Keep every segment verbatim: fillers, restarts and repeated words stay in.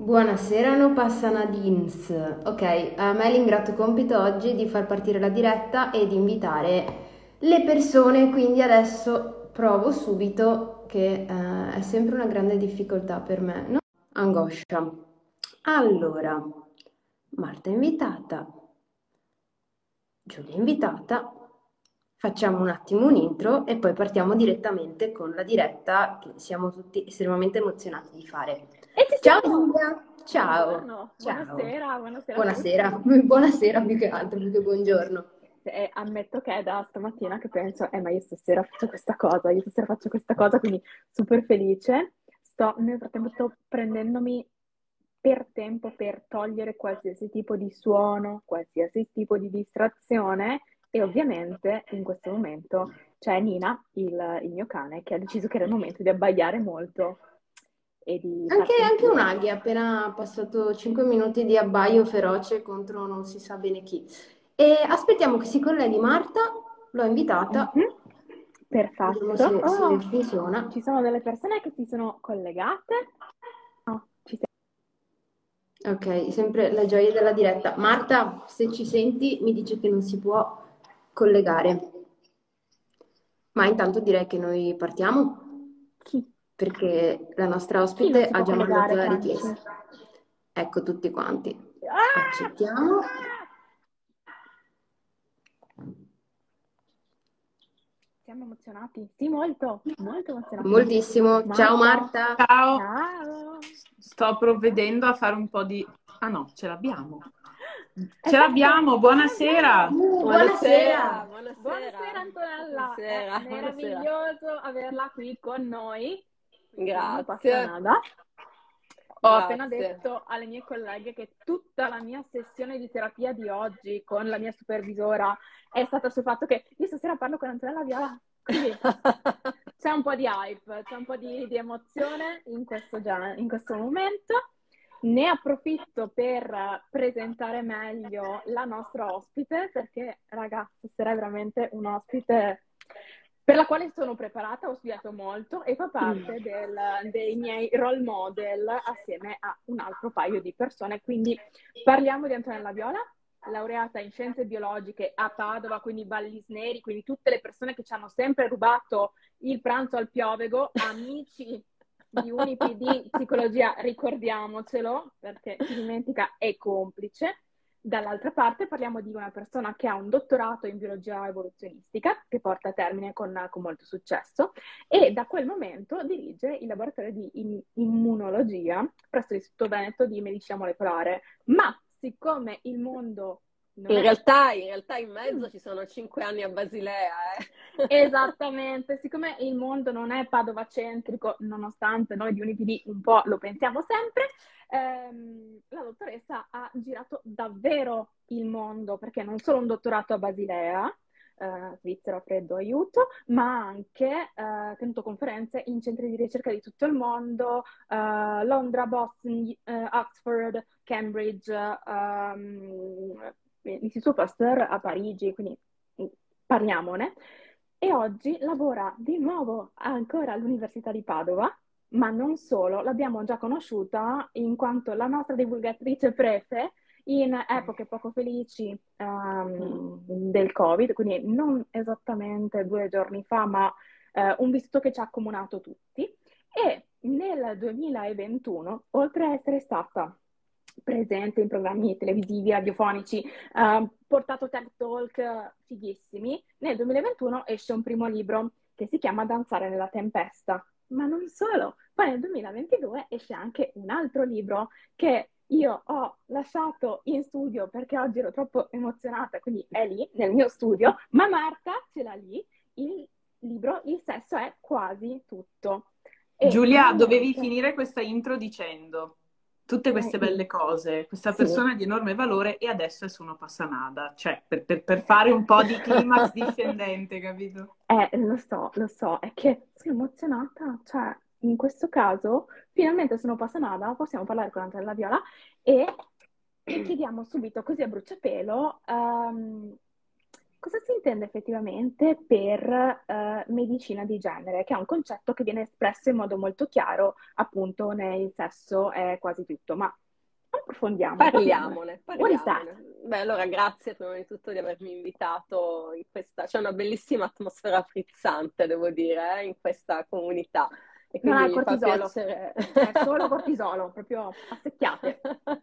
Buonasera, no Passanadins. Ok, a me l'ingrato compito oggi di far partire la diretta e di invitare le persone, quindi adesso provo subito che eh, è sempre una grande difficoltà per me, no? Angoscia. Allora, Marta è invitata, Giulia è invitata, facciamo un attimo un intro e poi partiamo direttamente con la diretta che siamo tutti estremamente emozionati di fare. E ci Ciao siamo! Giulia, ciao, Buongiorno, ciao, buonasera, buonasera a tutti. buonasera, buonasera più che altro, più che buongiorno. E ammetto che è da stamattina che penso, eh ma io stasera faccio questa cosa, io stasera faccio questa cosa, quindi super felice. Sto, nel frattempo sto prendendomi per tempo per togliere qualsiasi tipo di suono, qualsiasi tipo di distrazione e ovviamente in questo momento c'è Nina, il, il mio cane, che ha deciso che era il momento di abbaiare molto e di far Anche, anche sentire. un'aghi ha appena passato cinque minuti di abbaio feroce contro non si sa bene chi. E aspettiamo che si colleghi Marta, l'ho invitata, Mhm. vediamo Perfetto. se, se Oh, funziona. ci sono delle persone che si sono collegate. Oh, ci Ok, sempre la gioia della diretta. Marta, se ci senti, mi dice che non si può collegare. Ma intanto direi che noi partiamo, Chi? perché la nostra Chi non ospite si ha può già mandato collegare, la Franci? richiesta. Ecco tutti quanti. Ah! Accettiamo. Siamo emozionati? Sì, molto, molto emozionati. Moltissimo. Ciao Marta, Marta. Ciao, ciao! sto provvedendo a fare un po' di... Ah no, ce l'abbiamo. Ce Esatto, l'abbiamo, ce buonasera. l'abbiamo! Uh, Buonasera, buonasera. Buonasera buonasera, Antonella, è buonasera, buonasera. meraviglioso averla qui con noi. Qui non passa Grazie, nada. Ho appena grazie. detto alle mie colleghe che tutta la mia sessione di terapia di oggi con la mia supervisora è stata sul fatto che io stasera parlo con Antonella Viola, quindi c'è un po' di hype, c'è un po' di, di emozione in questo, gen- in questo momento. Ne approfitto per presentare meglio la nostra ospite perché, ragazzi, sarà veramente un ospite per la quale sono preparata, ho studiato molto e fa parte del- dei miei role model assieme a un altro paio di persone. Quindi parliamo di Antonella Viola, laureata in scienze biologiche a Padova, quindi Vallisneri, quindi tutte le persone che ci hanno sempre rubato il pranzo al piovego, amici di Unipd Psicologia, ricordiamocelo, perché chi dimentica è complice. Dall'altra parte parliamo di una persona che ha un dottorato in biologia evoluzionistica, che porta a termine con, con molto successo, e da quel momento dirige il laboratorio di im- immunologia presso l'Istituto Veneto di Medicina Molecolare. Ma siccome il mondo non In è realtà, in realtà in mezzo ci sono cinque anni a Basilea, eh. esattamente, siccome il mondo non è Padova-centrico, nonostante noi di Unipd un po' lo pensiamo sempre, ehm, la dottoressa ha girato davvero il mondo, perché non solo un dottorato a Basilea, eh, Svizzera, freddo, aiuto, ma ha anche eh, tenuto conferenze in centri di ricerca di tutto il mondo, eh, Londra, Boston, eh, Oxford, Cambridge, ehm, l'Istituto Pasteur a Parigi, quindi parliamone. E oggi lavora di nuovo ancora all'Università di Padova, ma non solo, l'abbiamo già conosciuta in quanto la nostra divulgatrice prefe in epoche poco felici ehm, del Covid, quindi non esattamente due giorni fa, ma eh, un vissuto che ci ha accomunato tutti. E nel duemilaventuno, oltre a essere stata presente in programmi televisivi, radiofonici, eh, portato TED Talk eh, fighissimi, nel duemilaventuno esce un primo libro che si chiama Danzare nella tempesta. Ma non solo, poi nel duemilaventidue esce anche un altro libro che io ho lasciato in studio perché oggi ero troppo emozionata, quindi è lì nel mio studio, ma Marta ce l'ha lì, il libro Il sesso è quasi tutto. E Giulia, dovevi finalmente, finire questa intro dicendo tutte eh, queste il- belle cose, questa sì, persona di enorme valore e adesso è su una passanada, cioè per, per- per fare un po' di climax discendente, capito? Eh, lo so, lo so, è che sono emozionata, cioè in questo caso finalmente sono appassionata, possiamo parlare con Antonella Viola e chiediamo subito così a bruciapelo, ehm, cosa si intende effettivamente per eh, medicina di genere, che è un concetto che viene espresso in modo molto chiaro, appunto, nel sesso è quasi tutto, ma approfondiamo, parliamone. Parliamone, What is that? parliamone. Beh, allora grazie prima di tutto di avermi invitato in questa, c'è una bellissima atmosfera frizzante, devo dire, eh, in questa comunità. E Non quindi hai mi fa cortisolo, piacere. è solo cortisolo, proprio a secchiate.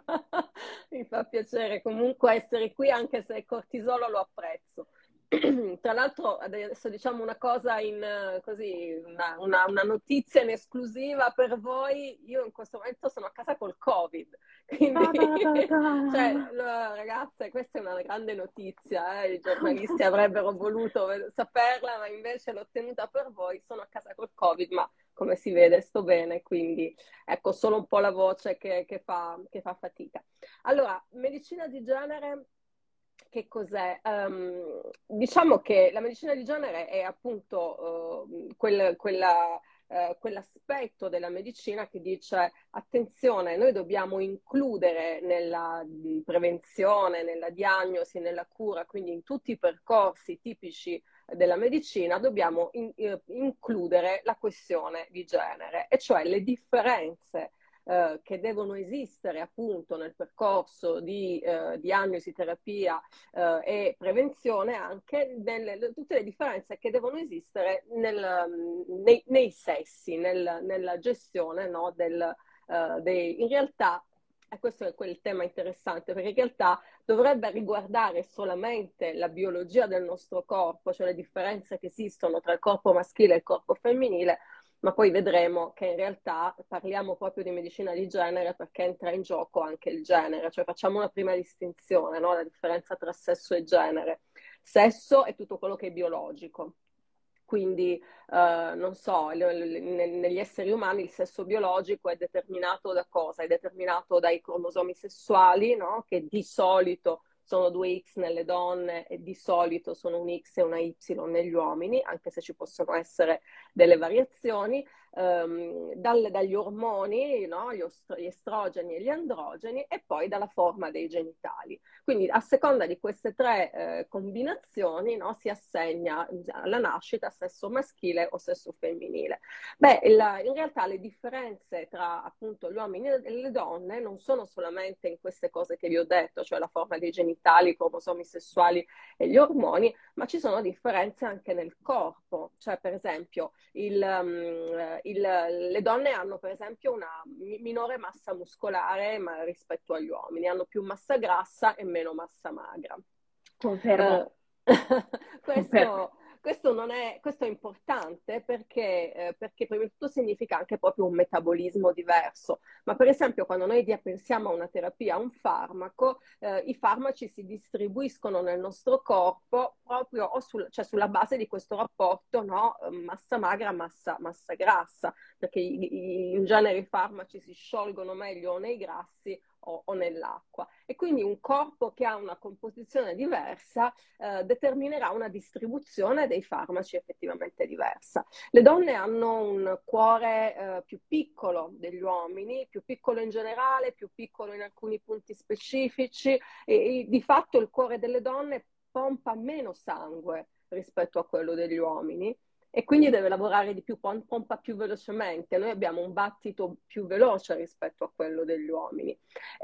Mi fa piacere comunque essere qui, anche se il cortisolo lo apprezzo. Tra l'altro adesso diciamo una cosa in eh, così, una, una- una notizia in esclusiva per voi. Io in questo momento sono a casa col Covid, quindi Ta ta ta ta. cioè, lo- ragazze, questa è una grande notizia, eh. I giornalisti avrebbero voluto ve- saperla, ma invece l'ho ottenuta per voi. Sono a casa col Covid, ma come si vede sto bene, quindi ecco solo un po' la voce che, che fa, che fa fatica. Allora, medicina di genere, che cos'è? Um, diciamo che la medicina di genere è appunto uh, quel, quella, uh, quell'aspetto della medicina che dice attenzione, noi dobbiamo includere nella prevenzione, nella diagnosi, nella cura, quindi in tutti i percorsi tipici della medicina dobbiamo in, eh, includere la questione di genere, e cioè le differenze eh, che devono esistere appunto nel percorso di eh, diagnosi, terapia eh, e prevenzione, anche nelle, tutte le differenze che devono esistere nel, nei, nei sessi, nel, nella gestione, no, del, uh, dei, in realtà, e questo è quel tema interessante, perché in realtà dovrebbe riguardare solamente la biologia del nostro corpo, cioè le differenze che esistono tra il corpo maschile e il corpo femminile, ma poi vedremo che in realtà parliamo proprio di medicina di genere perché entra in gioco anche il genere, cioè facciamo una prima distinzione, no? La differenza tra sesso e genere. Sesso è tutto quello che è biologico. Quindi, eh, non so, negli esseri umani il sesso biologico è determinato da cosa? È determinato dai cromosomi sessuali, no? Che di solito sono due X nelle donne e di solito sono un X e una Y negli uomini, anche se ci possono essere delle variazioni, ehm, dal, dagli ormoni, no? Gli, ostro, gli estrogeni e gli androgeni, e poi dalla forma dei genitali. Quindi a seconda di queste tre eh, combinazioni, no, si assegna alla nascita sesso maschile o sesso femminile. Beh, la, in realtà le differenze tra appunto gli uomini e le donne non sono solamente in queste cose che vi ho detto, cioè la forma dei genitali, i cromosomi sessuali e gli ormoni, ma ci sono differenze anche nel corpo. Cioè, per esempio, il, um, il, le donne hanno per esempio una minore massa muscolare ma rispetto agli uomini, hanno più massa grassa e meno massa magra. Confermo. Uh, Confermo. questo, questo, non è, questo è importante perché, eh, perché prima di tutto significa anche proprio un metabolismo diverso. Ma per esempio quando noi pensiamo a una terapia, a un farmaco, eh, i farmaci si distribuiscono nel nostro corpo proprio o sul, cioè sulla base di questo rapporto, no? Massa magra, massa, massa grassa, perché i, i, in genere i farmaci si sciolgono meglio nei grassi o, o nell'acqua, e quindi un corpo che ha una composizione diversa eh, determinerà una distribuzione dei farmaci effettivamente diversa. Le donne hanno un cuore eh, più piccolo degli uomini, più piccolo in generale, più piccolo in alcuni punti specifici, e, e di fatto il cuore delle donne pompa meno sangue rispetto a quello degli uomini, e quindi deve lavorare di più, pompa più velocemente. Noi abbiamo un battito più veloce rispetto a quello degli uomini,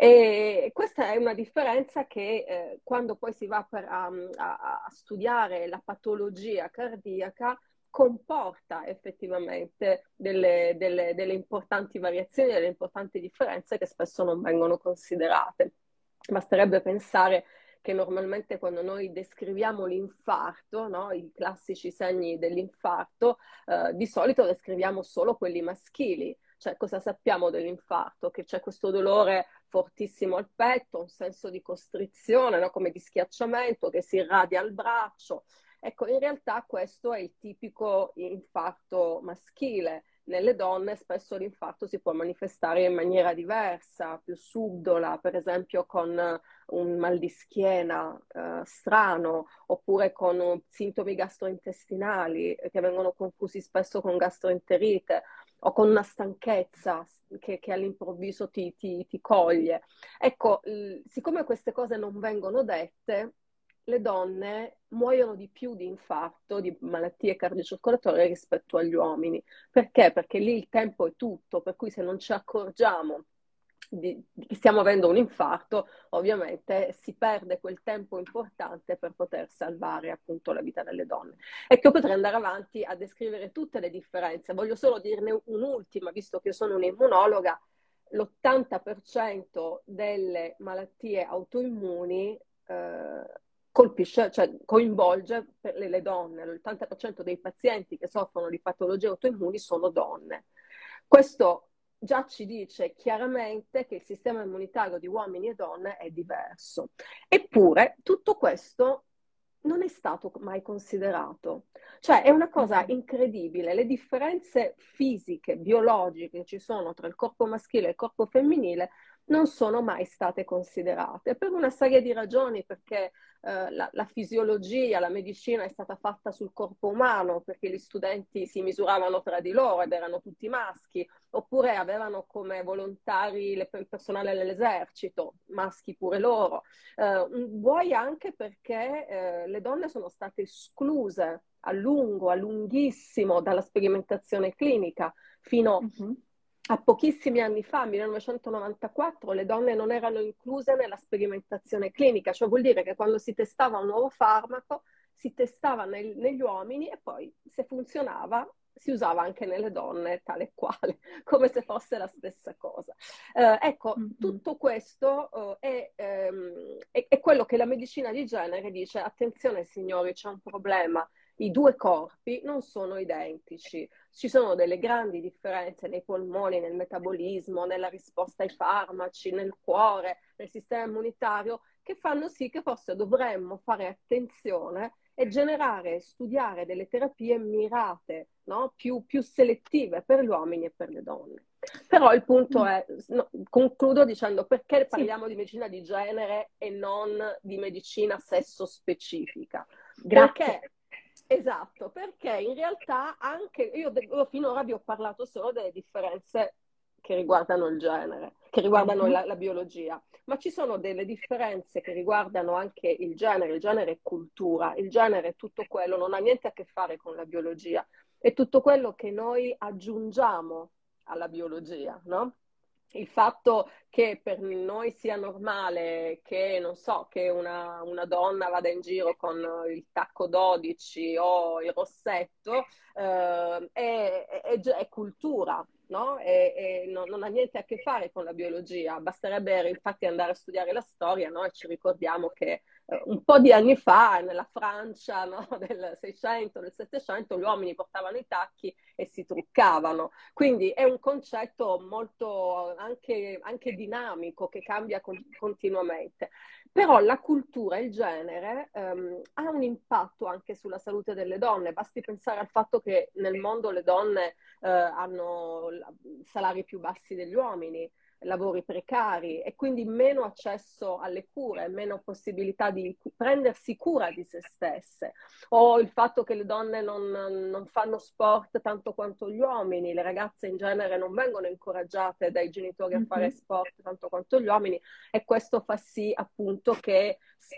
e questa è una differenza che eh, quando poi si va per, a, a, a studiare la patologia cardiaca comporta effettivamente delle, delle, delle importanti variazioni, delle importanti differenze che spesso non vengono considerate. Basterebbe pensare che normalmente quando noi descriviamo l'infarto, no, i classici segni dell'infarto, eh, di solito descriviamo solo quelli maschili. Cioè, cosa sappiamo dell'infarto? Che c'è questo dolore fortissimo al petto, un senso di costrizione, no, come di schiacciamento, che si irradia al braccio. Ecco, in realtà questo è il tipico infarto maschile. Nelle donne spesso l'infarto si può manifestare in maniera diversa, più subdola, per esempio con un mal di schiena eh, strano, oppure con sintomi gastrointestinali che vengono confusi spesso con gastroenterite, o con una stanchezza che, che all'improvviso ti, ti, ti coglie. Ecco, l- siccome queste cose non vengono dette, le donne muoiono di più di infarto, di malattie cardiocircolatorie rispetto agli uomini. Perché? Perché lì il tempo è tutto, per cui se non ci accorgiamo di, di che stiamo avendo un infarto, ovviamente si perde quel tempo importante per poter salvare appunto la vita delle donne. E che io potrei andare avanti a descrivere tutte le differenze. Voglio solo dirne un'ultima, visto che io sono un'immunologa. L'ottanta per cento delle malattie autoimmuni eh, colpisce, cioè coinvolge per le, le donne. L'ottanta per cento dei pazienti che soffrono di patologie autoimmuni sono donne. Questo già ci dice chiaramente che il sistema immunitario di uomini e donne è diverso. Eppure tutto questo non è stato mai considerato. Cioè è una cosa incredibile, le differenze fisiche, biologiche che ci sono tra il corpo maschile e il corpo femminile non sono mai state considerate per una serie di ragioni, perché eh, la, la fisiologia, la medicina è stata fatta sul corpo umano, perché gli studenti si misuravano tra di loro ed erano tutti maschi, oppure avevano come volontari le, il personale dell'esercito, maschi pure loro. Eh, vuoi anche perché eh, le donne sono state escluse a lungo, a lunghissimo dalla sperimentazione clinica. Fino uh-huh. a pochissimi anni fa, millenovecentonovantaquattro, le donne non erano incluse nella sperimentazione clinica, cioè vuol dire che quando si testava un nuovo farmaco si testava nel, negli uomini e poi se funzionava si usava anche nelle donne tale e quale, come se fosse la stessa cosa. Eh, ecco, mm-hmm. tutto questo uh, è, ehm, è, è quello che la medicina di genere dice: attenzione signori, c'è un problema, i due corpi non sono identici, ci sono delle grandi differenze nei polmoni, nel metabolismo, nella risposta ai farmaci, nel cuore, nel sistema immunitario, che fanno sì che forse dovremmo fare attenzione e generare, studiare delle terapie mirate, no? più, più selettive per gli uomini e per le donne. Però il punto è, no, concludo dicendo perché parliamo sì. di medicina di genere e non di medicina sesso specifica. Grazie. Perché, esatto, perché in realtà anche, io, io finora vi ho parlato solo delle differenze che riguardano il genere, che riguardano la, la biologia, ma ci sono delle differenze che riguardano anche il genere. Il genere è cultura, il genere è tutto quello, non ha niente a che fare con la biologia, è tutto quello che noi aggiungiamo alla biologia, no? Il fatto che per noi sia normale che, non so, che una, una donna vada in giro con il tacco dodici o il rossetto eh, è, è, è cultura, no? E, e non, non ha niente a che fare con la biologia. Basterebbe infatti andare a studiare la storia, no? E ci ricordiamo che eh, un po' di anni fa, nella Francia, no? del Seicento, del Settecento, gli uomini portavano i tacchi e si truccavano. Quindi è un concetto molto anche, anche dinamico, che cambia con, continuamente. Però la cultura e il genere ehm, ha un impatto anche sulla salute delle donne. Basti pensare al fatto che nel mondo le donne eh, hanno salari più bassi degli uomini, lavori precari e quindi meno accesso alle cure, meno possibilità di prendersi cura di se stesse, o il fatto che le donne non, non fanno sport tanto quanto gli uomini, le ragazze in genere non vengono incoraggiate dai genitori a fare sport tanto quanto gli uomini, e questo fa sì appunto che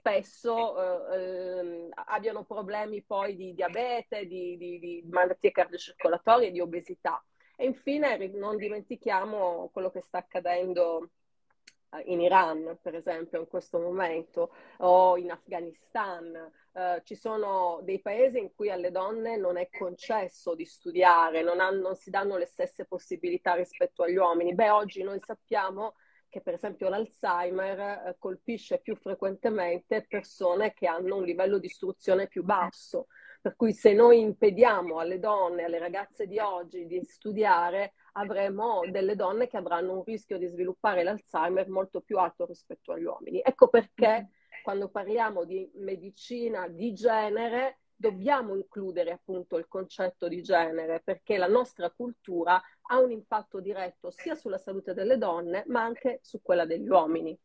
spesso eh, abbiano problemi poi di diabete, di, di, di malattie cardiocircolatorie, di obesità. E infine non dimentichiamo quello che sta accadendo in Iran, per esempio, in questo momento, o in Afghanistan. Uh, ci sono dei paesi in cui alle donne non è concesso di studiare, non, hanno, non si danno le stesse possibilità rispetto agli uomini. Beh, oggi noi sappiamo che per esempio l'Alzheimer eh, colpisce più frequentemente persone che hanno un livello di istruzione più basso. Per cui se noi impediamo alle donne, alle ragazze di oggi di studiare, avremo delle donne che avranno un rischio di sviluppare l'Alzheimer molto più alto rispetto agli uomini. Ecco perché quando parliamo di medicina di genere dobbiamo includere appunto il concetto di genere, perché la nostra cultura ha un impatto diretto sia sulla salute delle donne ma anche su quella degli uomini.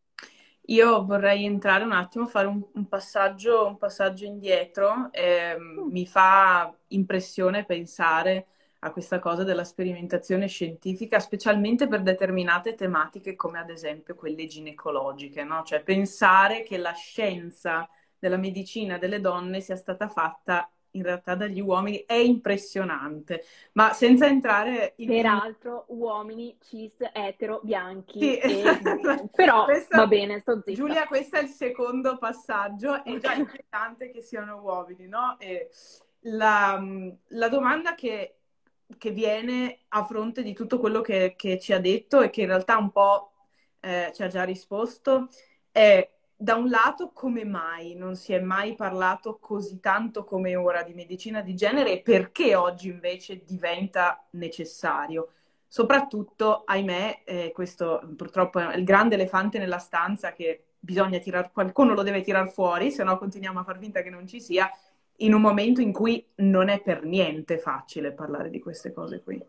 Io vorrei entrare un attimo, fare un, un passaggio, un passaggio indietro. Eh, mm. Mi fa impressione pensare a questa cosa della sperimentazione scientifica, specialmente per determinate tematiche come ad esempio quelle ginecologiche, no? Cioè pensare che la scienza della medicina delle donne sia stata fatta in realtà dagli uomini è impressionante, ma senza entrare in... Peraltro uomini cis, etero, bianchi, Sì. e... però Questo, va bene, sto zitta. Giulia, questo è il secondo passaggio, è già inquietante che siano uomini, no? E la, la domanda che, che viene a fronte di tutto quello che, che ci ha detto e che in realtà un po' eh, ci ha già risposto è: da un lato, come mai non si è mai parlato così tanto come ora di medicina di genere e perché oggi invece diventa necessario? Soprattutto, ahimè, eh, questo purtroppo è il grande elefante nella stanza che bisogna tirar, qualcuno lo deve tirar fuori, se no continuiamo a far finta che non ci sia, in un momento in cui non è per niente facile parlare di queste cose qui.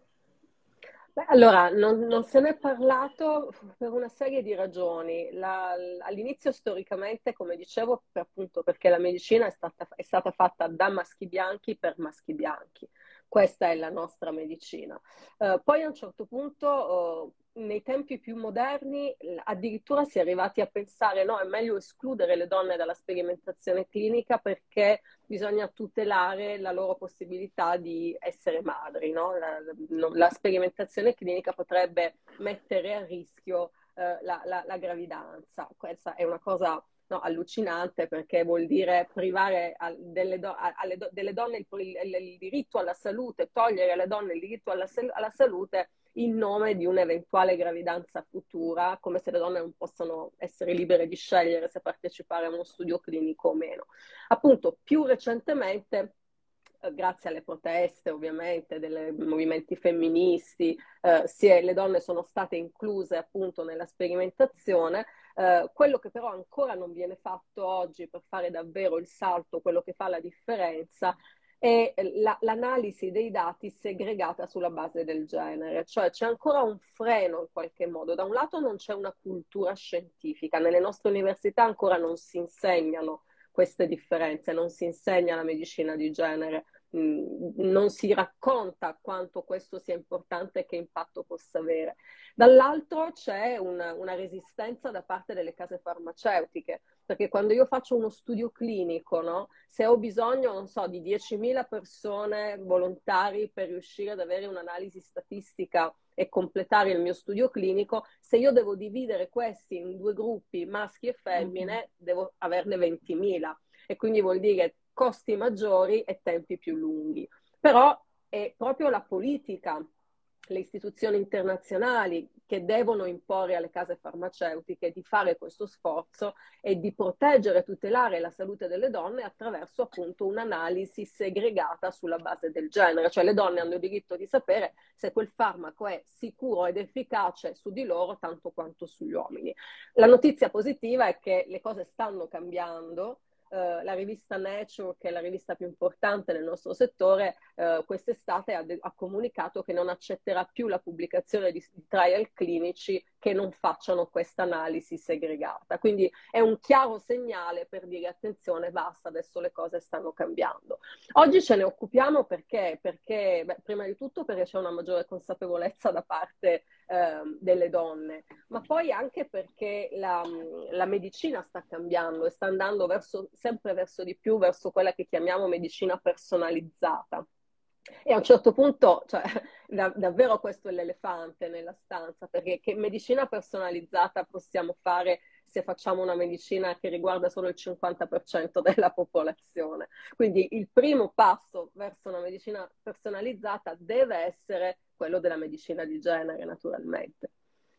Beh, allora, non, non se ne è parlato per una serie di ragioni. La- all'inizio, storicamente, come dicevo, per- appunto perché la medicina è stata, è stata fatta da maschi bianchi per maschi bianchi. Questa è la nostra medicina. Eh, poi a un certo punto, eh, nei tempi più moderni, l- addirittura si è arrivati a pensare, no, è meglio escludere le donne dalla sperimentazione clinica perché bisogna tutelare la loro possibilità di essere madri, no? La, la sperimentazione clinica potrebbe mettere a rischio eh, la, la, la gravidanza. Questa è una cosa, no, allucinante, perché vuol dire privare a, delle, do, a, alle do, delle donne il, il, il diritto alla salute, togliere alle donne il diritto alla, alla salute in nome di un'eventuale gravidanza futura, come se le donne non possano essere libere di scegliere se partecipare a uno studio clinico o meno. Appunto, più recentemente, eh, grazie alle proteste ovviamente dei movimenti femministi, eh, si è, le donne sono state incluse appunto nella sperimentazione. Eh, quello che però ancora non viene fatto oggi per fare davvero il salto, quello che fa la differenza, è la, l'analisi dei dati segregata sulla base del genere, cioè c'è ancora un freno in qualche modo. Da un lato non c'è una cultura scientifica, nelle nostre università ancora non si insegnano queste differenze, non si insegna la medicina di genere, mh, non si racconta quanto questo sia importante e che impatto possa avere. Dall'altro c'è una, una resistenza da parte delle case farmaceutiche, perché quando io faccio uno studio clinico, no, se ho bisogno, non so, di diecimila persone volontari per riuscire ad avere un'analisi statistica e completare il mio studio clinico, se io devo dividere questi in due gruppi, maschi e femmine, mm-hmm. devo averne ventimila, e quindi vuol dire costi maggiori e tempi più lunghi. Però è proprio la politica, le istituzioni internazionali che devono imporre alle case farmaceutiche di fare questo sforzo e di proteggere e tutelare la salute delle donne attraverso appunto un'analisi segregata sulla base del genere, cioè le donne hanno il diritto di sapere se quel farmaco è sicuro ed efficace su di loro tanto quanto sugli uomini. La notizia positiva è che le cose stanno cambiando. Uh, la rivista Nature, che è la rivista più importante nel nostro settore, uh, quest'estate ha, de- ha comunicato che non accetterà più la pubblicazione di, di trial clinici che non facciano questa analisi segregata. Quindi è un chiaro segnale per dire attenzione, basta, adesso le cose stanno cambiando. Oggi ce ne occupiamo perché, perché beh, prima di tutto perché c'è una maggiore consapevolezza da parte eh, delle donne, ma poi anche perché la, la medicina sta cambiando e sta andando verso, sempre verso di più verso quella che chiamiamo medicina personalizzata. E a un certo punto, cioè, da, davvero questo è l'elefante nella stanza, perché che medicina personalizzata possiamo fare se facciamo una medicina che riguarda solo il cinquanta per cento della popolazione? Quindi il primo passo verso una medicina personalizzata deve essere quello della medicina di genere, naturalmente.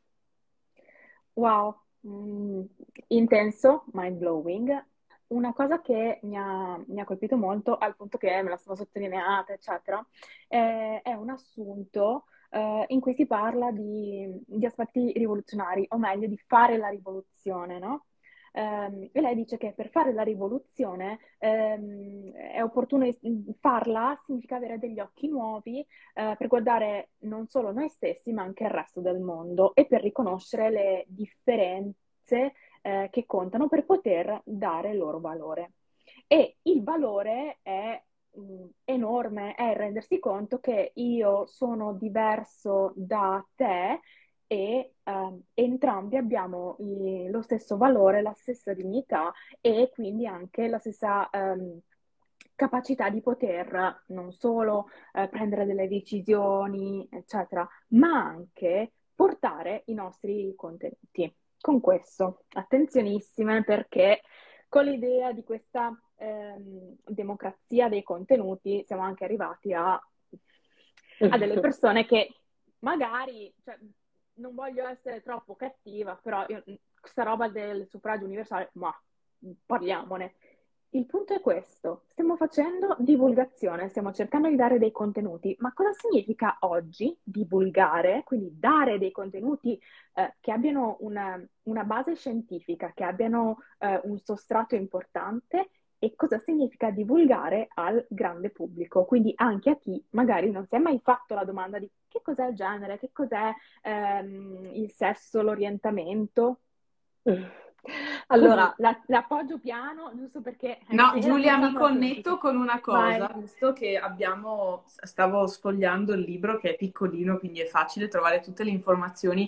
Wow, mm, intenso, mind blowing. Una cosa che mi ha, mi ha colpito molto, al punto che me la sono sottolineata, eccetera, è, è un assunto eh, in cui si parla di, di aspetti rivoluzionari, o meglio, di fare la rivoluzione, no? Ehm, e lei dice che per fare la rivoluzione ehm, è opportuno es- farla, significa avere degli occhi nuovi eh, per guardare non solo noi stessi, ma anche il resto del mondo e per riconoscere le differenze eh, che contano per poter dare loro valore. E il valore è mh, enorme, è rendersi conto che io sono diverso da te e ehm, entrambi abbiamo i- lo stesso valore, la stessa dignità e quindi anche la stessa ehm, capacità di poter non solo eh, prendere delle decisioni, eccetera, ma anche portare i nostri contenuti. Con questo, attenzionissime perché con l'idea di questa ehm, democrazia dei contenuti siamo anche arrivati a, a delle persone che magari, cioè, non voglio essere troppo cattiva, però io, questa roba del suffragio universale, ma parliamone. Il punto è questo, stiamo facendo divulgazione, stiamo cercando di dare dei contenuti, ma cosa significa oggi divulgare, quindi dare dei contenuti eh, che abbiano una, una base scientifica, che abbiano eh, un sostrato importante e cosa significa divulgare al grande pubblico, quindi anche a chi magari non si è mai fatto la domanda di che cos'è il genere, che cos'è ehm, il sesso, l'orientamento. Allora, Così, la, l'appoggio piano, giusto perché eh, No, era Giulia, mi pensata semplice. connetto con una Vai. cosa, visto che abbiamo, stavo sfogliando il libro che è piccolino, quindi è facile trovare tutte le informazioni.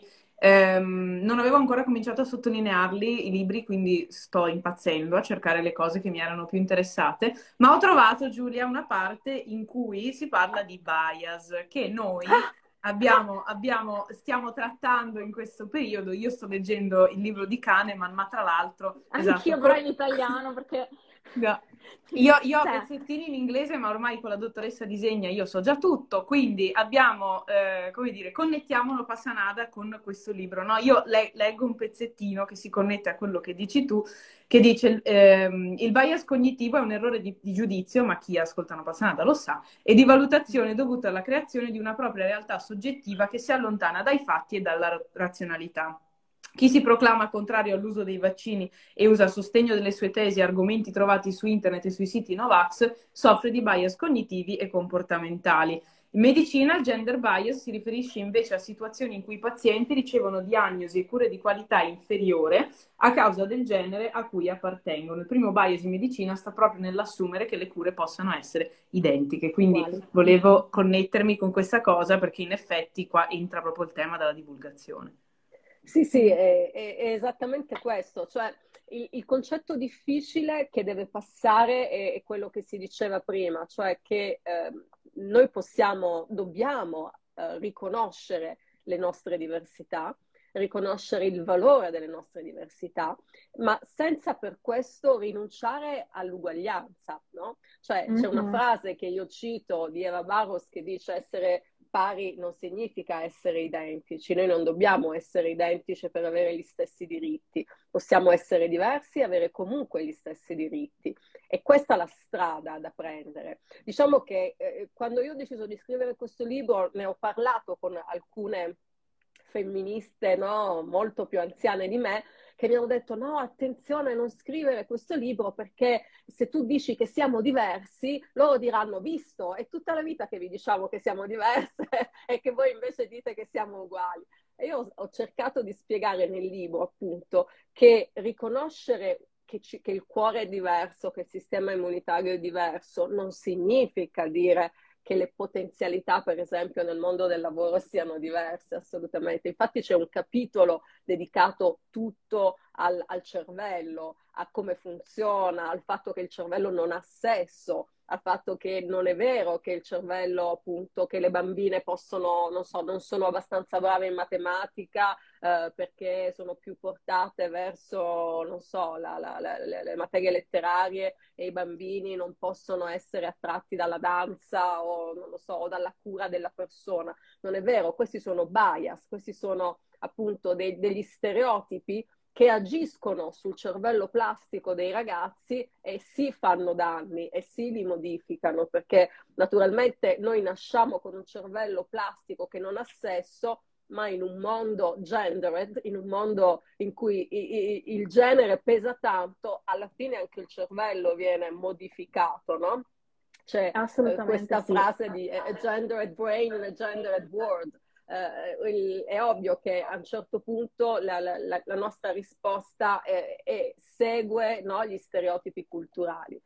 Ehm, non avevo ancora cominciato a sottolinearli i libri, quindi sto impazzendo a cercare le cose che mi erano più interessate, ma ho trovato, Giulia, una parte in cui si parla di bias, che noi abbiamo, abbiamo, stiamo trattando in questo periodo. Io sto leggendo il libro di Kahneman, ma tra l'altro, esatto, Anch'io però in italiano perché... no. Io, io ho Cioè, pezzettini in inglese, ma ormai con la dottoressa Disegna io so già tutto, quindi abbiamo, eh, come dire, connettiamolo Passanada con questo libro, no? Io le- leggo un pezzettino che si connette a quello che dici tu, che dice ehm, il bias cognitivo è un errore di, di giudizio, ma chi ascolta una Passanada lo sa, e di valutazione dovuta alla creazione di una propria realtà soggettiva che si allontana dai fatti e dalla razionalità. Chi si proclama contrario all'uso dei vaccini e usa a sostegno delle sue tesi argomenti trovati su internet e sui siti Novax, soffre di bias cognitivi e comportamentali. In medicina il gender bias si riferisce invece a situazioni in cui i pazienti ricevono diagnosi e cure di qualità inferiore a causa del genere a cui appartengono. Il primo bias in medicina sta proprio nell'assumere che le cure possano essere identiche, quindi uguali. volevo connettermi con questa cosa perché in effetti qua entra proprio il tema della divulgazione. sì, sì, Mm. è, è- è esattamente questo, cioè il, il concetto difficile che deve passare è, è quello che si diceva prima, cioè che eh, noi possiamo, dobbiamo eh, riconoscere le nostre diversità, riconoscere il valore delle nostre diversità, ma senza per questo rinunciare all'uguaglianza, no? Cioè c'è una Mhm. frase che io cito di Eva Barros che dice essere pari non significa essere identici, noi non dobbiamo essere identici per avere gli stessi diritti, possiamo essere diversi e avere comunque gli stessi diritti. E questa è la strada da prendere. Diciamo che eh, quando io ho deciso di scrivere questo libro ne ho parlato con alcune femministe, no, molto più anziane di me, che mi hanno detto no, attenzione a non scrivere questo libro perché se tu dici che siamo diversi, loro diranno visto, è tutta la vita che vi diciamo che siamo diverse e che voi invece dite che siamo uguali. E io ho cercato di spiegare nel libro appunto che riconoscere che, ci, che il cuore è diverso, che il sistema immunitario è diverso, non significa dire che le potenzialità, per esempio, nel mondo del lavoro siano diverse, assolutamente. Infatti c'è un capitolo dedicato tutto al, al cervello, a come funziona, al fatto che il cervello non ha sesso, al fatto che non è vero che il cervello, appunto, che le bambine possono, non so, non sono abbastanza brave in matematica eh, perché sono più portate verso, non so, la, la, la, le, le materie letterarie e i bambini non possono essere attratti dalla danza o, non lo so, o dalla cura della persona. Non è vero, questi sono bias, questi sono appunto dei, degli stereotipi che agiscono sul cervello plastico dei ragazzi e si fanno danni e si li modificano, perché naturalmente noi nasciamo con un cervello plastico che non ha sesso, ma in un mondo gendered, in un mondo in cui i, i, il genere pesa tanto, alla fine anche il cervello viene modificato, no? C'è eh, Assolutamente questa sì. frase di a gendered brain in a gendered world. Eh, il, è ovvio che a un certo punto la, la, la nostra risposta è, è, segue, no, gli stereotipi culturali.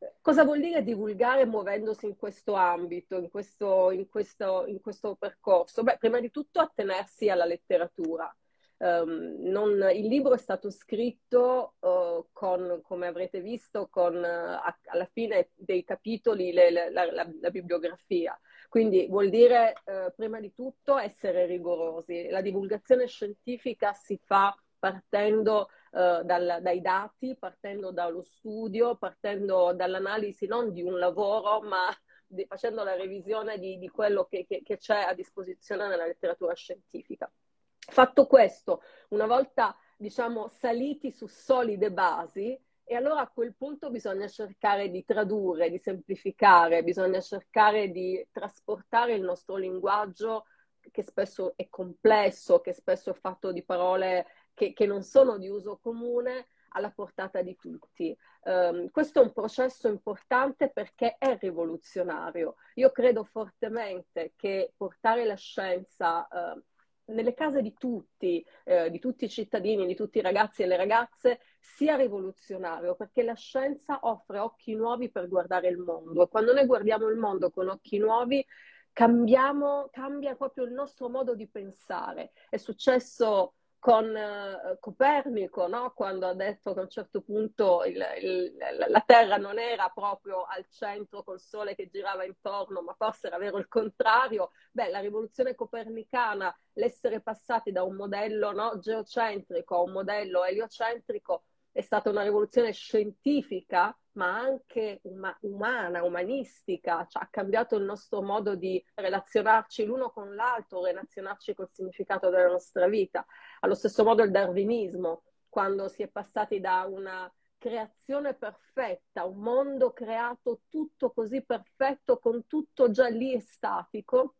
Cosa vuol dire divulgare muovendosi in questo ambito, in questo, in questo, in questo percorso? Beh, prima di tutto attenersi alla letteratura. Um, non, il libro è stato scritto uh, con, come avrete visto, con uh, a, alla fine dei capitoli le, le, la, la, la bibliografia. Quindi vuol dire uh, prima di tutto essere rigorosi. La divulgazione scientifica si fa partendo uh, dal, dai dati, partendo dallo studio, partendo dall'analisi non di un lavoro, ma di, facendo la revisione di, di quello che, che, che c'è a disposizione nella letteratura scientifica. Fatto questo, una volta, diciamo, saliti su solide basi, e allora a quel punto bisogna cercare di tradurre, di semplificare, bisogna cercare di trasportare il nostro linguaggio, che spesso è complesso, che spesso è fatto di parole che, che non sono di uso comune, alla portata di tutti. Um, questo è un processo importante perché è rivoluzionario. Io credo fortemente che portare la scienza uh, nelle case di tutti, eh, di tutti i cittadini, di tutti i ragazzi e le ragazze, sia rivoluzionario, perché la scienza offre occhi nuovi per guardare il mondo. E quando noi guardiamo il mondo con occhi nuovi, cambiamo, cambia proprio il nostro modo di pensare. È successo con uh, Copernico, no? Quando ha detto che a un certo punto il, il, la Terra non era proprio al centro col Sole che girava intorno, ma forse era vero il contrario. Beh, la rivoluzione copernicana, l'essere passati da un modello, no, geocentrico a un modello eliocentrico, è stata una rivoluzione scientifica, ma anche uma- umana, umanistica, cioè ha cambiato il nostro modo di relazionarci l'uno con l'altro, relazionarci col significato della nostra vita. Allo stesso modo il darwinismo, quando si è passati da una creazione perfetta, un mondo creato tutto così perfetto, con tutto già lì statico,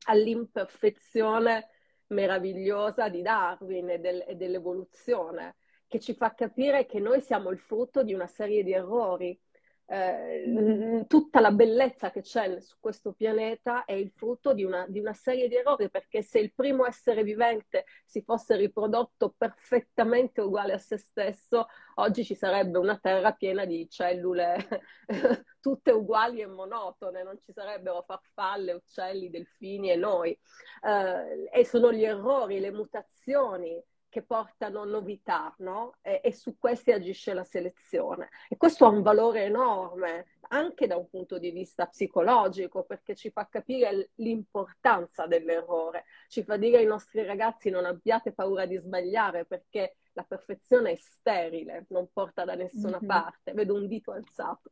all'imperfezione meravigliosa di Darwin e, del, e dell'evoluzione, che ci fa capire che noi siamo il frutto di una serie di errori. Eh, tutta la bellezza che c'è su questo pianeta è il frutto di una, di una serie di errori, perché se il primo essere vivente si fosse riprodotto perfettamente uguale a se stesso, oggi ci sarebbe una terra piena di cellule tutte uguali e monotone, non ci sarebbero farfalle, uccelli, delfini e noi. Eh, e sono gli errori, le mutazioni che portano novità, no? E, e su questi agisce la selezione. E questo ha un valore enorme, anche da un punto di vista psicologico, perché ci fa capire l'importanza dell'errore, ci fa dire ai nostri ragazzi: non abbiate paura di sbagliare, perché la perfezione è sterile, non porta da nessuna mm-hmm. parte. Vedo un dito alzato.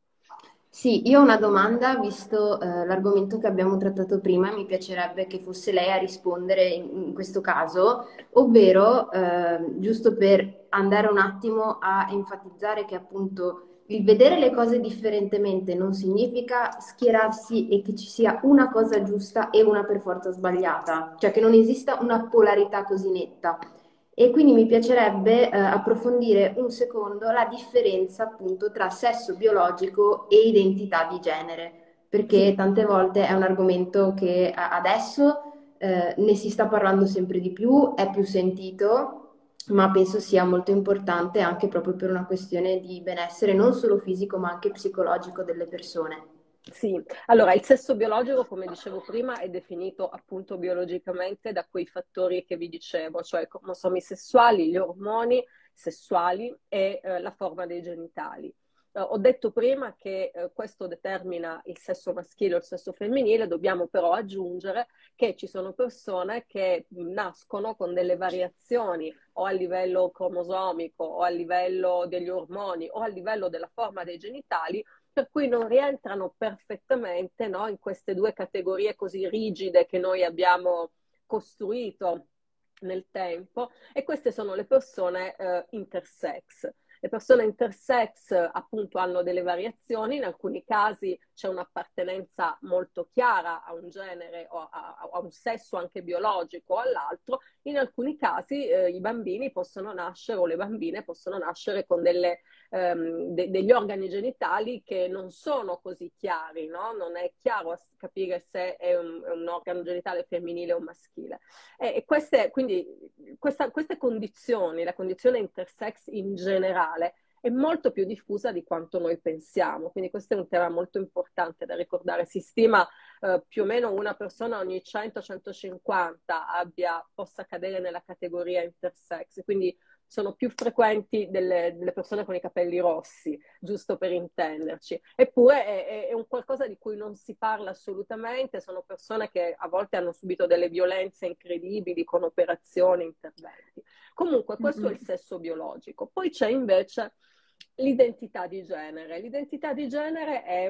Sì, io ho una domanda, visto eh, l'argomento che abbiamo trattato prima, mi piacerebbe che fosse lei a rispondere in, in questo caso, ovvero, eh, giusto per andare un attimo a enfatizzare che appunto il vedere le cose differentemente non significa schierarsi e che ci sia una cosa giusta e una per forza sbagliata, cioè che non esista una polarità così netta. E quindi mi piacerebbe eh, approfondire un secondo la differenza appunto tra sesso biologico e identità di genere, perché tante volte è un argomento che adesso eh, ne si sta parlando sempre di più, è più sentito, ma penso sia molto importante anche proprio per una questione di benessere non solo fisico ma anche psicologico delle persone. Sì, allora il sesso biologico, come dicevo prima, è definito appunto biologicamente da quei fattori che vi dicevo, cioè i cromosomi sessuali, gli ormoni sessuali e eh, la forma dei genitali. Eh, ho detto prima che eh, questo determina il sesso maschile o il sesso femminile, dobbiamo però aggiungere che ci sono persone che nascono con delle variazioni o a livello cromosomico o a livello degli ormoni o a livello della forma dei genitali, per cui non rientrano perfettamente, no, in queste due categorie così rigide che noi abbiamo costruito nel tempo, e queste sono le persone eh, intersex. Le persone intersex appunto hanno delle variazioni, in alcuni casi c'è un'appartenenza molto chiara a un genere o a, a un sesso anche biologico o all'altro, in alcuni casi eh, i bambini possono nascere o le bambine possono nascere con delle, ehm, de- degli organi genitali che non sono così chiari, no? Non è chiaro capire se è un, è un organo genitale femminile o maschile. E, e queste, quindi questa, queste condizioni, la condizione intersex in generale, è molto più diffusa di quanto noi pensiamo. Quindi questo è un tema molto importante da ricordare. Si stima eh, più o meno una persona ogni cento centocinquanta abbia, possa cadere nella categoria intersex, quindi sono più frequenti delle, delle persone con i capelli rossi, giusto per intenderci. Eppure è, è un qualcosa di cui non si parla assolutamente, sono persone che a volte hanno subito delle violenze incredibili con operazioni, interventi. Comunque questo mm-hmm. è il sesso biologico. Poi c'è invece l'identità di genere. L'identità di genere è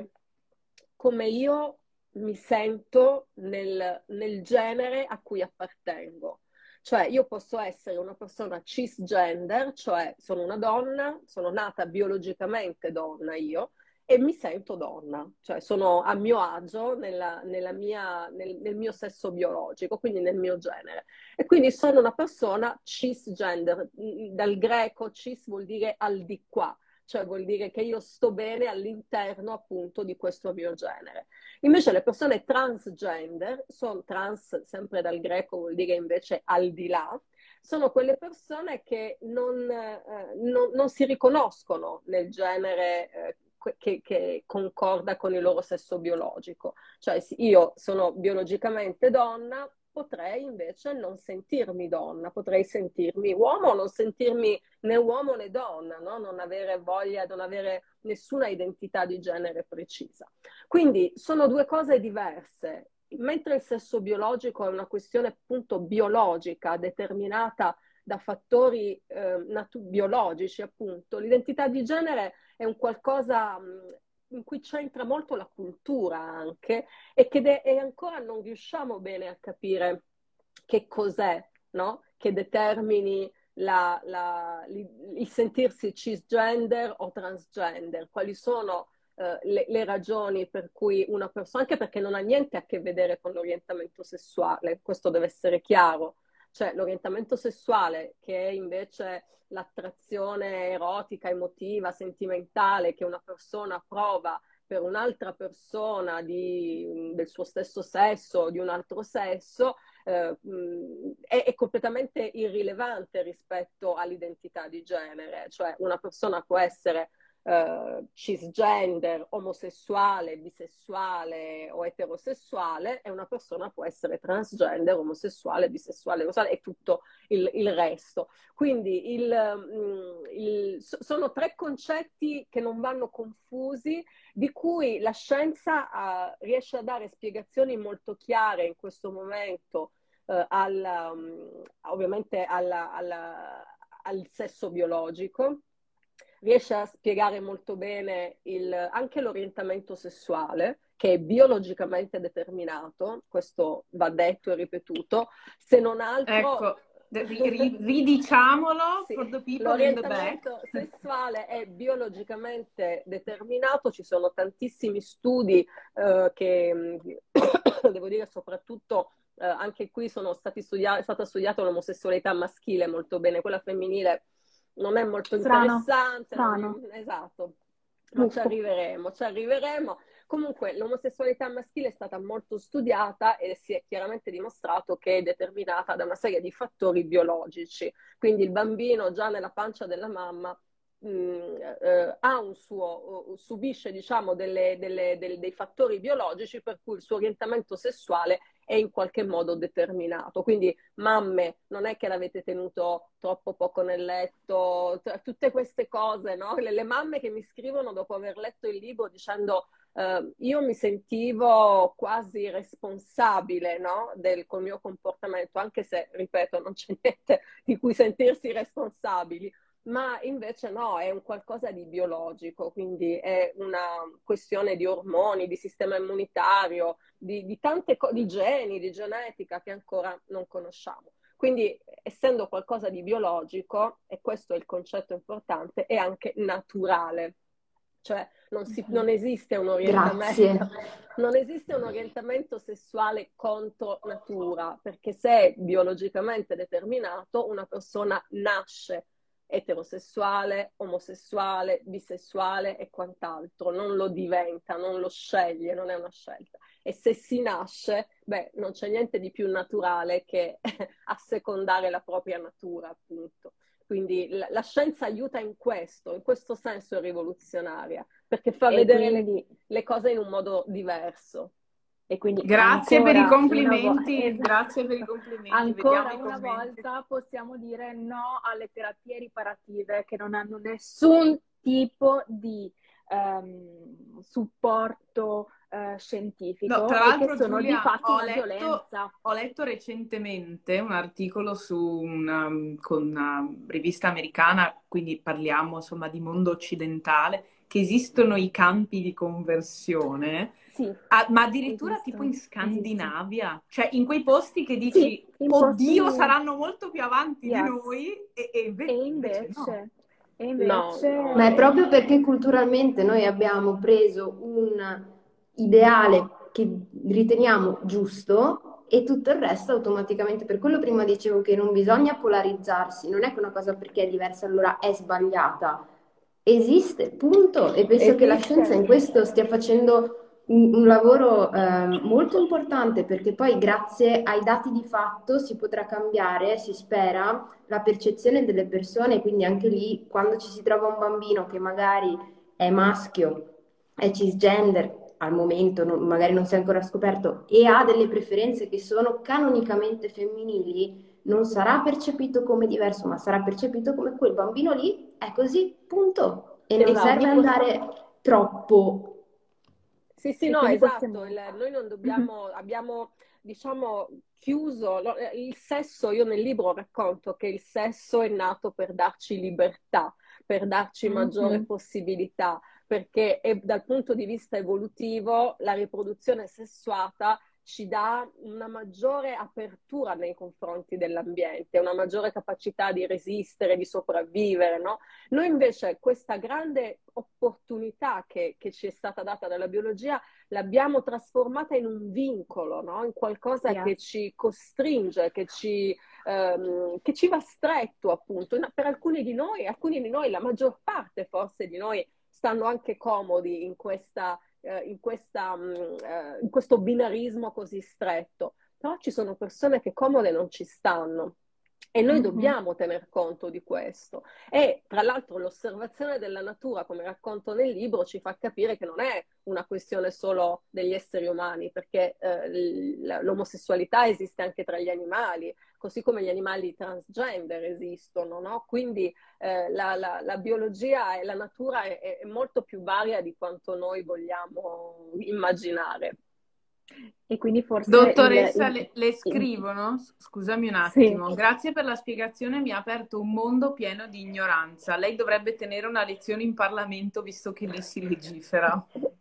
come io mi sento nel, nel genere a cui appartengo. Cioè io posso essere una persona cisgender, cioè sono una donna, sono nata biologicamente donna io, e mi sento donna, cioè sono a mio agio nella, nella mia, nel, nel mio sesso biologico, quindi nel mio genere. E quindi sono una persona cisgender, dal greco cis vuol dire al di qua, cioè vuol dire che io sto bene all'interno appunto di questo mio genere. Invece le persone transgender, sono trans sempre dal greco vuol dire invece al di là, sono quelle persone che non, eh, non, non si riconoscono nel genere eh, che, che concorda con il loro sesso biologico. Cioè io sono biologicamente donna, potrei invece non sentirmi donna, potrei sentirmi uomo, non sentirmi né uomo né donna, no? Non avere voglia, non avere nessuna identità di genere precisa. Quindi sono due cose diverse. Mentre il sesso biologico è una questione appunto biologica, determinata da fattori eh, natu- biologici appunto, l'identità di genere è un qualcosa mh, in cui c'entra molto la cultura anche e che de- e ancora non riusciamo bene a capire che cos'è, no? Che determini la, la, il sentirsi cisgender o transgender, quali sono uh, le, le ragioni per cui una persona, anche perché non ha niente a che vedere con l'orientamento sessuale, questo deve essere chiaro, cioè l'orientamento sessuale che è invece l'attrazione erotica, emotiva, sentimentale che una persona prova per un'altra persona di, del suo stesso sesso o di un altro sesso, eh, è, è completamente irrilevante rispetto all'identità di genere. Cioè una persona può essere eh, cisgender, omosessuale, bisessuale o eterosessuale e una persona può essere transgender, omosessuale, bisessuale e tutto il, il resto. Quindi il, il, sono tre concetti che non vanno confusi, di cui la scienza uh, riesce a dare spiegazioni molto chiare in questo momento uh, al, um, ovviamente alla, alla, al sesso biologico, riesce a spiegare molto bene il, anche l'orientamento sessuale, che è biologicamente determinato, questo va detto e ripetuto, se non altro... Ecco. Ridiciamolo sì, for the people in the back. L'orientamento sessuale è biologicamente determinato, ci sono tantissimi studi eh, che devo dire soprattutto eh, anche qui sono stati studiati, è stata studiata l'omosessualità maschile molto bene, quella femminile non è molto Strano. interessante. Strano. Non, esatto, ma ci arriveremo, ci arriveremo. Comunque l'omosessualità maschile è stata molto studiata e si è chiaramente dimostrato che è determinata da una serie di fattori biologici. Quindi il bambino già nella pancia della mamma mh, eh, ha un suo, subisce diciamo delle, delle, delle, dei fattori biologici per cui il suo orientamento sessuale è in qualche modo determinato. Quindi mamme, non è che l'avete tenuto troppo poco nel letto, t- tutte queste cose, no? Le, le mamme che mi scrivono dopo aver letto il libro dicendo Uh, io mi sentivo quasi responsabile, no? Del, col mio comportamento, anche se, ripeto, non c'è niente di cui sentirsi responsabili, ma invece no, è un qualcosa di biologico, quindi è una questione di ormoni, di sistema immunitario, di, di tante cose, di geni, di genetica che ancora non conosciamo. Quindi, essendo qualcosa di biologico, e questo è il concetto importante, è anche naturale. Cioè non, si, non esiste un orientamento, non esiste un orientamento sessuale contro natura, perché se è biologicamente determinato, una persona nasce eterosessuale, omosessuale, bisessuale e quant'altro, non lo diventa, non lo sceglie, non è una scelta. E se si nasce, beh, non c'è niente di più naturale che assecondare la propria natura, appunto. Quindi la, la scienza aiuta in questo, in questo senso è rivoluzionaria, perché fa E vedere quindi, le, le cose in un modo diverso. e quindi Grazie per i ancora una volta, complimenti, grazie per i complimenti, vediamo ancora i una commenti. volta possiamo dire no alle terapie riparative che non hanno nessun tipo di ehm, supporto eh, No, scientifico tra e che l'altro, sono di Giulia, fatto ho una letto, violenza. ho letto recentemente un articolo su una, con una rivista americana, quindi parliamo insomma di mondo occidentale, che esistono i campi di conversione, Sì, ah, ma addirittura tipo in esistono, esistono. Scandinavia, cioè in quei posti che Sì, dici, in oddio, posti... saranno molto più avanti di Yes. noi, e, e E inve- invece no. invece, e No, invece no. Ma è proprio perché culturalmente noi abbiamo preso un ideale che riteniamo giusto e tutto il resto automaticamente, per quello prima dicevo che non bisogna polarizzarsi, non è che una cosa perché è diversa allora è sbagliata, esiste, punto, e penso che la scienza in esiste. questo stia facendo un, un lavoro eh, molto importante perché poi grazie ai dati di fatto si potrà cambiare, si spera, la percezione delle persone, quindi anche lì quando ci si trova un bambino che magari è maschio, è cisgender, al momento non- magari non si è ancora scoperto, e ha delle preferenze che sono canonicamente femminili, non sarà percepito come diverso, ma sarà percepito come quel bambino lì è così, punto. E non E Esatto. serve quindi poss- andare troppo. Sì, sì, e no, quindi esatto. possiamo... Il- noi non Mhm. dobbiamo, abbiamo, diciamo, chiuso lo- il sesso. Io nel libro racconto che il sesso è nato per darci libertà, per darci maggiore Mhm. possibilità, perché è- dal punto di vista evolutivo la riproduzione sessuata ci dà una maggiore apertura nei confronti dell'ambiente, una maggiore capacità di resistere, di sopravvivere, no? Noi invece questa grande opportunità che, che ci è stata data dalla biologia l'abbiamo trasformata in un vincolo, no? In qualcosa Yeah. che ci costringe, che ci, ehm, che ci va stretto appunto. Per alcuni di noi, alcuni di noi, la maggior parte forse di noi stanno anche comodi in questa, eh, in questa, mh, eh, in questo binarismo così stretto, però ci sono persone che comode non ci stanno. E noi Mhm. dobbiamo tener conto di questo. E tra l'altro l'osservazione della natura, come racconto nel libro, ci fa capire che non è una questione solo degli esseri umani, perché eh, l'omosessualità esiste anche tra gli animali, così come gli animali transgender esistono, no? Quindi eh, la, la, la biologia e la natura è, è molto più varia di quanto noi vogliamo immaginare. E quindi forse Dottoressa, il, le, le il, il- scrivono? S- Scusami un sì. attimo. Grazie per la spiegazione, mi ha aperto un mondo pieno di ignoranza. Lei dovrebbe tenere una lezione in Parlamento, visto che lì si legifera.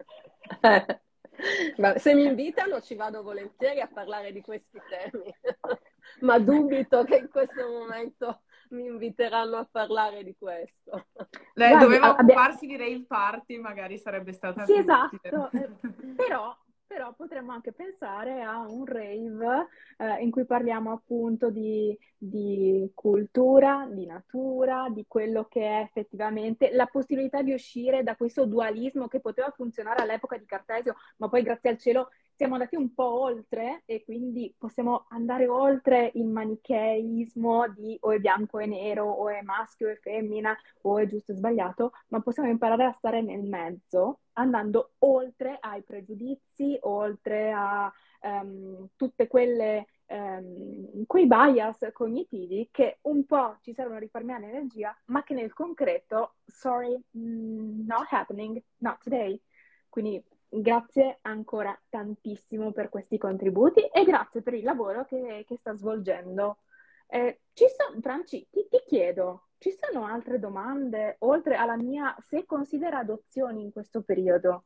Ma se mi invitano ci vado volentieri a parlare di questi temi, ma dubito che in questo momento mi inviteranno a parlare di questo. Lei Guardi, doveva a- abbia- occuparsi di rave party, magari sarebbe stata Sì, più utile. esatto, eh, però, però potremmo anche pensare a un rave eh, in cui parliamo appunto di, di cultura, di natura, di quello che è effettivamente la possibilità di uscire da questo dualismo che poteva funzionare all'epoca di Cartesio, ma poi grazie al cielo siamo andati un po' oltre e quindi possiamo andare oltre il manicheismo di o è bianco e nero, o è maschio e femmina, o è giusto e sbagliato, ma possiamo imparare a stare nel mezzo, andando oltre ai pregiudizi, oltre a um, tutte quelle um, quei bias cognitivi che un po' ci servono a risparmiare energia, ma che nel concreto, sorry, mm, not happening, not today. Quindi grazie ancora tantissimo per questi contributi e grazie per il lavoro che, che sta svolgendo. Eh, ci sono, Franci, ti, ti chiedo, ci sono altre domande oltre alla mia, se considera adozioni in questo periodo?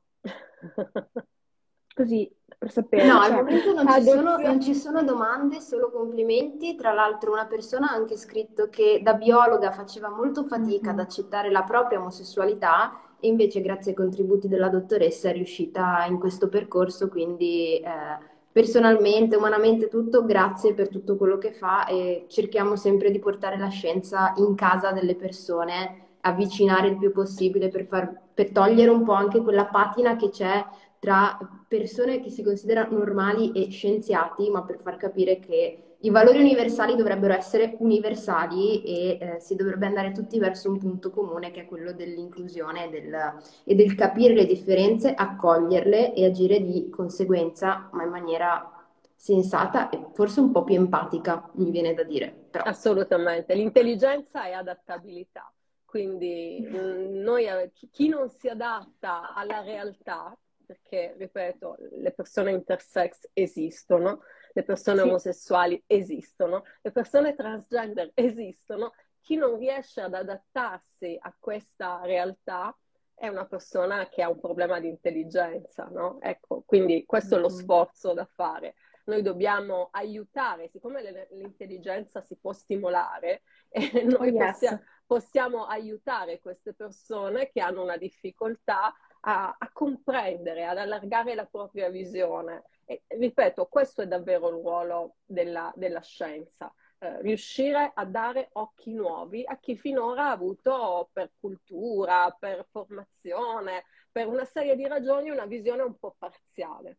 Così, per sapere. No, al Cioè, momento non ci sono, Adozione. non ci sono domande, solo complimenti. Tra l'altro una persona ha anche scritto che da biologa faceva molto fatica ad mhm. accettare la propria omosessualità e invece grazie ai contributi della dottoressa è riuscita in questo percorso, quindi eh, personalmente, umanamente tutto, grazie per tutto quello che fa e cerchiamo sempre di portare la scienza in casa delle persone, avvicinare il più possibile per far, per togliere un po' anche quella patina che c'è tra persone che si considerano normali e scienziati, ma per far capire che i valori universali dovrebbero essere universali e eh, si dovrebbe andare tutti verso un punto comune che è quello dell'inclusione e del, e del capire le differenze, accoglierle e agire di conseguenza, ma in maniera sensata e forse un po' più empatica, mi viene da dire, però. Assolutamente, l'intelligenza è adattabilità, quindi mh, noi, eh, chi chi non si adatta alla realtà, perché ripeto, le persone intersex esistono, le persone Sì. omosessuali esistono, le persone transgender esistono, chi non riesce ad adattarsi a questa realtà è una persona che ha un problema di intelligenza, no? Ecco, quindi questo è lo Mhm. sforzo da fare. Noi dobbiamo aiutare, siccome le- l'intelligenza si può stimolare, e Oh noi yes. possia- possiamo aiutare queste persone che hanno una difficoltà a, a comprendere, ad allargare la propria visione. E ripeto, questo è davvero il ruolo della, della scienza. Eh, riuscire a dare occhi nuovi a chi finora ha avuto per cultura, per formazione, per una serie di ragioni una visione un po' parziale.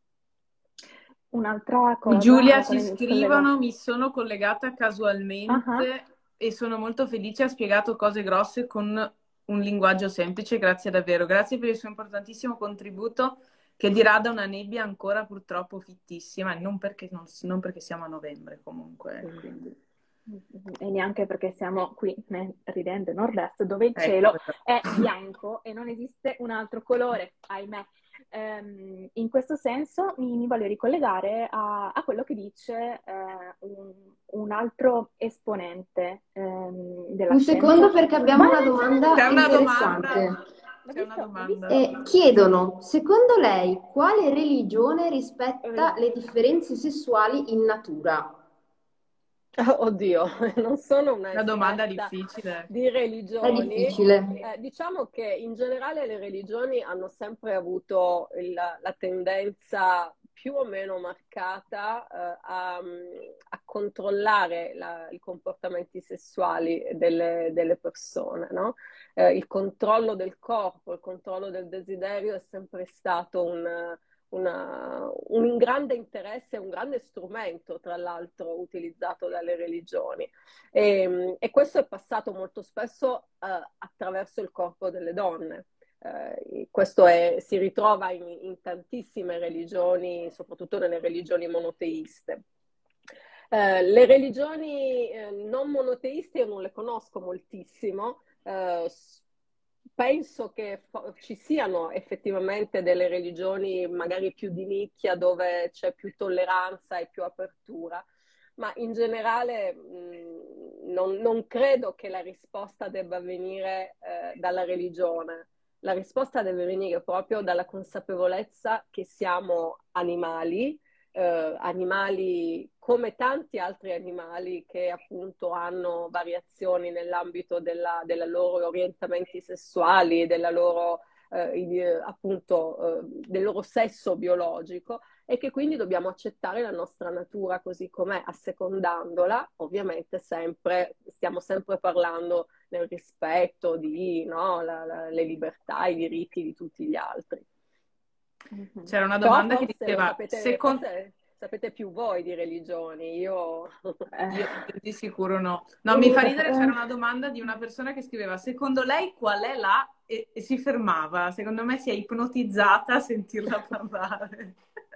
Un'altra cosa Giulia, alla ci quale mi collego. scrivono, mi sono collegata Ah, casualmente e sono molto felice, ha spiegato cose grosse con un linguaggio semplice, grazie davvero. Grazie per il suo importantissimo contributo che dirada una nebbia ancora purtroppo fittissima, e non perché, non, non perché siamo a novembre comunque, quindi e neanche perché siamo qui nel ridente nord-est, dove il ecco, cielo esatto. è bianco e non esiste un altro colore, ahimè. Ehm, in questo senso mi, mi voglio ricollegare a, a quello che dice eh, un, un altro esponente ehm, della Un scienza. secondo perché abbiamo una Vai, domanda C'è una interessante. domanda, L'ho c'è una visto, l'ho domanda. visto. Eh, chiedono, secondo lei, quale religione rispetta le differenze sessuali in natura? Oddio, non sono una Una domanda esperta difficile. di È religioni. difficile. Eh, diciamo che in generale le religioni hanno sempre avuto il- la tendenza più o meno marcata eh, a, a controllare la- i comportamenti sessuali delle, delle persone, no? Eh, il controllo del corpo, il controllo del desiderio è sempre stato un una- un grande interesse, un grande strumento, tra l'altro, utilizzato dalle religioni. E, e questo è passato molto spesso eh, attraverso il corpo delle donne. Eh, questo è- si ritrova in, in tantissime religioni, soprattutto nelle religioni monoteiste. Eh, le religioni eh, non monoteiste io non le conosco moltissimo, eh, penso che fo- ci siano effettivamente delle religioni magari più di nicchia dove c'è più tolleranza e più apertura, ma in generale mh, non, non credo che la risposta debba venire eh, dalla religione. La risposta deve venire proprio dalla consapevolezza che siamo animali, eh, animali come tanti altri animali che appunto hanno variazioni nell'ambito della, della loro orientamenti sessuali, della loro, eh, appunto, eh, del loro sesso biologico, e che quindi dobbiamo accettare la nostra natura così com'è, assecondandola, ovviamente sempre, stiamo sempre parlando nel rispetto di no, la, la, le libertà, i diritti di tutti gli altri. C'era una Però domanda che forse lo diceva, sapete, secondo... forse sapete più voi di religioni, io... Io, io di sicuro no. No, mi fa ridere, c'era una domanda di una persona che scriveva, secondo lei qual è la... E, e si fermava, secondo me si è ipnotizzata a sentirla parlare.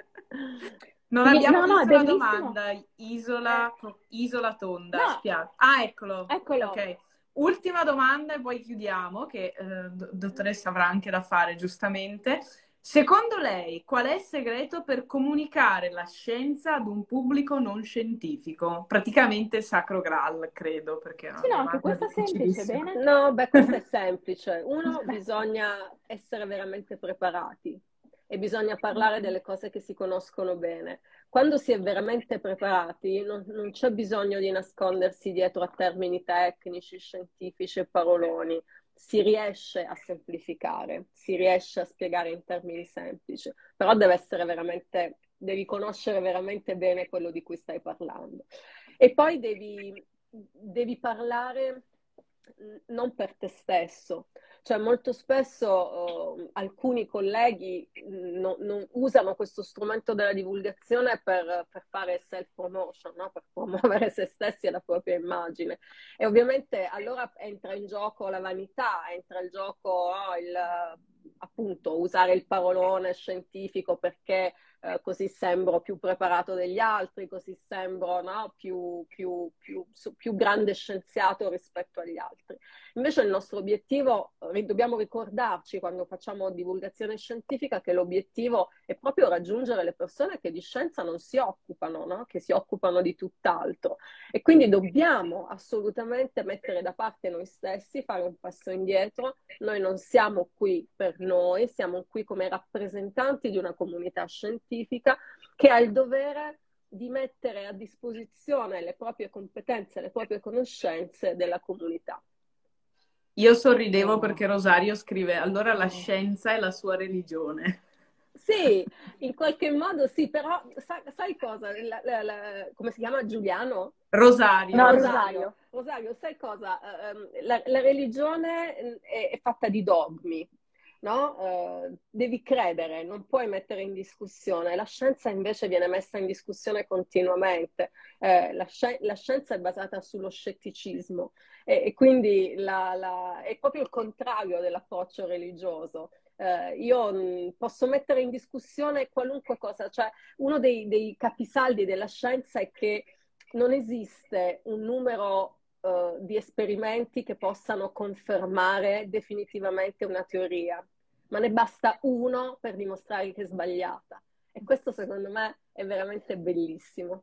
Non Mi- abbiamo no, no, è visto la bellissimo. domanda, Isola, Isola Tonda, No, spiace. Ah, eccolo. eccolo. Ok. Ultima domanda e poi chiudiamo, che eh, do- dottoressa avrà anche da fare, giustamente. Secondo lei, qual è il segreto per comunicare la scienza ad un pubblico non scientifico? Praticamente il Sacro Graal, credo, perché è una Sì, no, anche domanda questa semplice, difficilissima. bene? No, beh, questo è semplice. Uno, Beh. bisogna essere veramente preparati e bisogna parlare delle cose che si conoscono bene. Quando si è veramente preparati, non, non c'è bisogno di nascondersi dietro a termini tecnici, scientifici e paroloni. Si riesce a semplificare, si riesce a spiegare in termini semplici, però deve essere veramente, devi conoscere veramente bene quello di cui stai parlando. E poi devi, devi parlare non per te stesso, Cioè molto spesso eh, alcuni colleghi no- non usano questo strumento della divulgazione per, per fare self-promotion, no? Per promuovere se stessi e la propria immagine. E ovviamente allora entra in gioco la vanità, entra in gioco no, il, appunto usare il parolone scientifico perché eh, così sembro più preparato degli altri, così sembro no, più, più, più, più grande scienziato rispetto agli altri. Invece il nostro obiettivo, dobbiamo ricordarci quando facciamo divulgazione scientifica che l'obiettivo è proprio raggiungere le persone che di scienza non si occupano, no? Che si occupano di tutt'altro. E quindi dobbiamo assolutamente mettere da parte noi stessi, fare un passo indietro. Noi non siamo qui per noi, siamo qui come rappresentanti di una comunità scientifica che ha il dovere di mettere a disposizione le proprie competenze, le proprie conoscenze della comunità. Io sorridevo perché Rosario scrive, allora la scienza è la sua religione. Sì, in qualche modo sì, però sai, sai cosa? La, la, la, come si chiama Giuliano? Rosario. No, Rosario. Rosario. Rosario, sai cosa? Uh, la, la religione è, è fatta di dogmi, no? Uh, devi credere, non puoi mettere in discussione. La scienza invece viene messa in discussione continuamente. Eh, la, sci- la scienza è basata sullo scetticismo e, e quindi la, la, è proprio il contrario dell'approccio religioso. Uh, io mh, posso mettere in discussione qualunque cosa, cioè uno dei, dei capisaldi della scienza è che non esiste un numero uh, di esperimenti che possano confermare definitivamente una teoria, ma ne basta uno per dimostrare che è sbagliata. E questo secondo me è veramente bellissimo.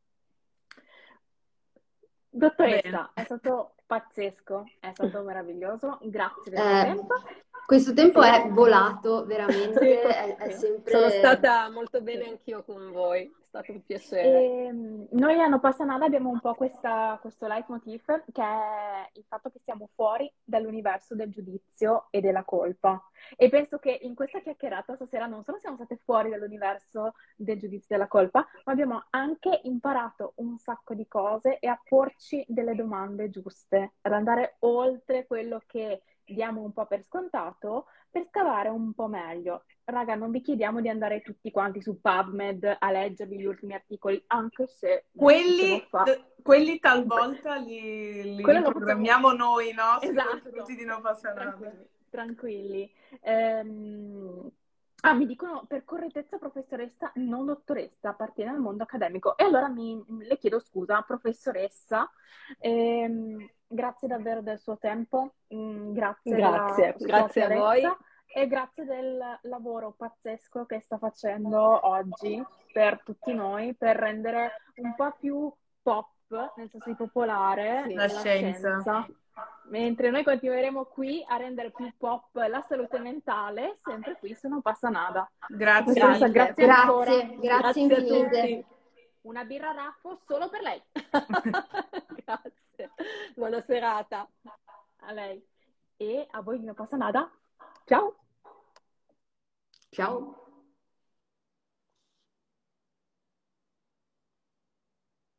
Dottoressa, Bene. è stato pazzesco, è stato meraviglioso, grazie del Eh, tempo. questo tempo Sì. è volato, veramente, Sì, è, è sì. sempre... Sono stata molto bene anch'io con voi, è stato un piacere. E, mh, noi a No Passa Nada abbiamo un po' questa, questo leitmotiv che è il fatto che siamo fuori dall'universo del giudizio e della colpa. E penso che in questa chiacchierata stasera non solo siamo state fuori dall'universo del giudizio e della colpa, ma abbiamo anche imparato un sacco di cose e a porci delle domande giuste, ad andare oltre quello che diamo un po' per scontato, per scavare un po' meglio. Raga, non vi chiediamo di andare tutti quanti su PubMed a leggervi gli ultimi articoli, anche se Quelli, fa... quelli talvolta li, li Quello lo riprogrammiamo facciamo... noi, no? Sui Esatto. contenuti di No Passa Nada. Tranquilli, tranquilli. Ehm... Ah, mi dicono per correttezza professoressa, non dottoressa, appartiene al mondo accademico. E allora mi, le chiedo scusa, professoressa. Ehm, grazie davvero del suo tempo, mm, grazie, Grazie, della sua grazie a voi. chiarezza e grazie del lavoro pazzesco che sta facendo oggi per tutti noi, per rendere un po' più pop, nel senso di popolare, Sì. la, La scienza. scienza. Mentre noi continueremo qui a rendere più pop la salute mentale, sempre qui su Non Passa Nada. Grazie. Professoressa, grazie ancora. Grazie, grazie Grazie a infinite. tutti. Una birra raffo solo per lei. Grazie. Buona serata. A lei. E a voi di Non Passa Nada. Ciao. Ciao.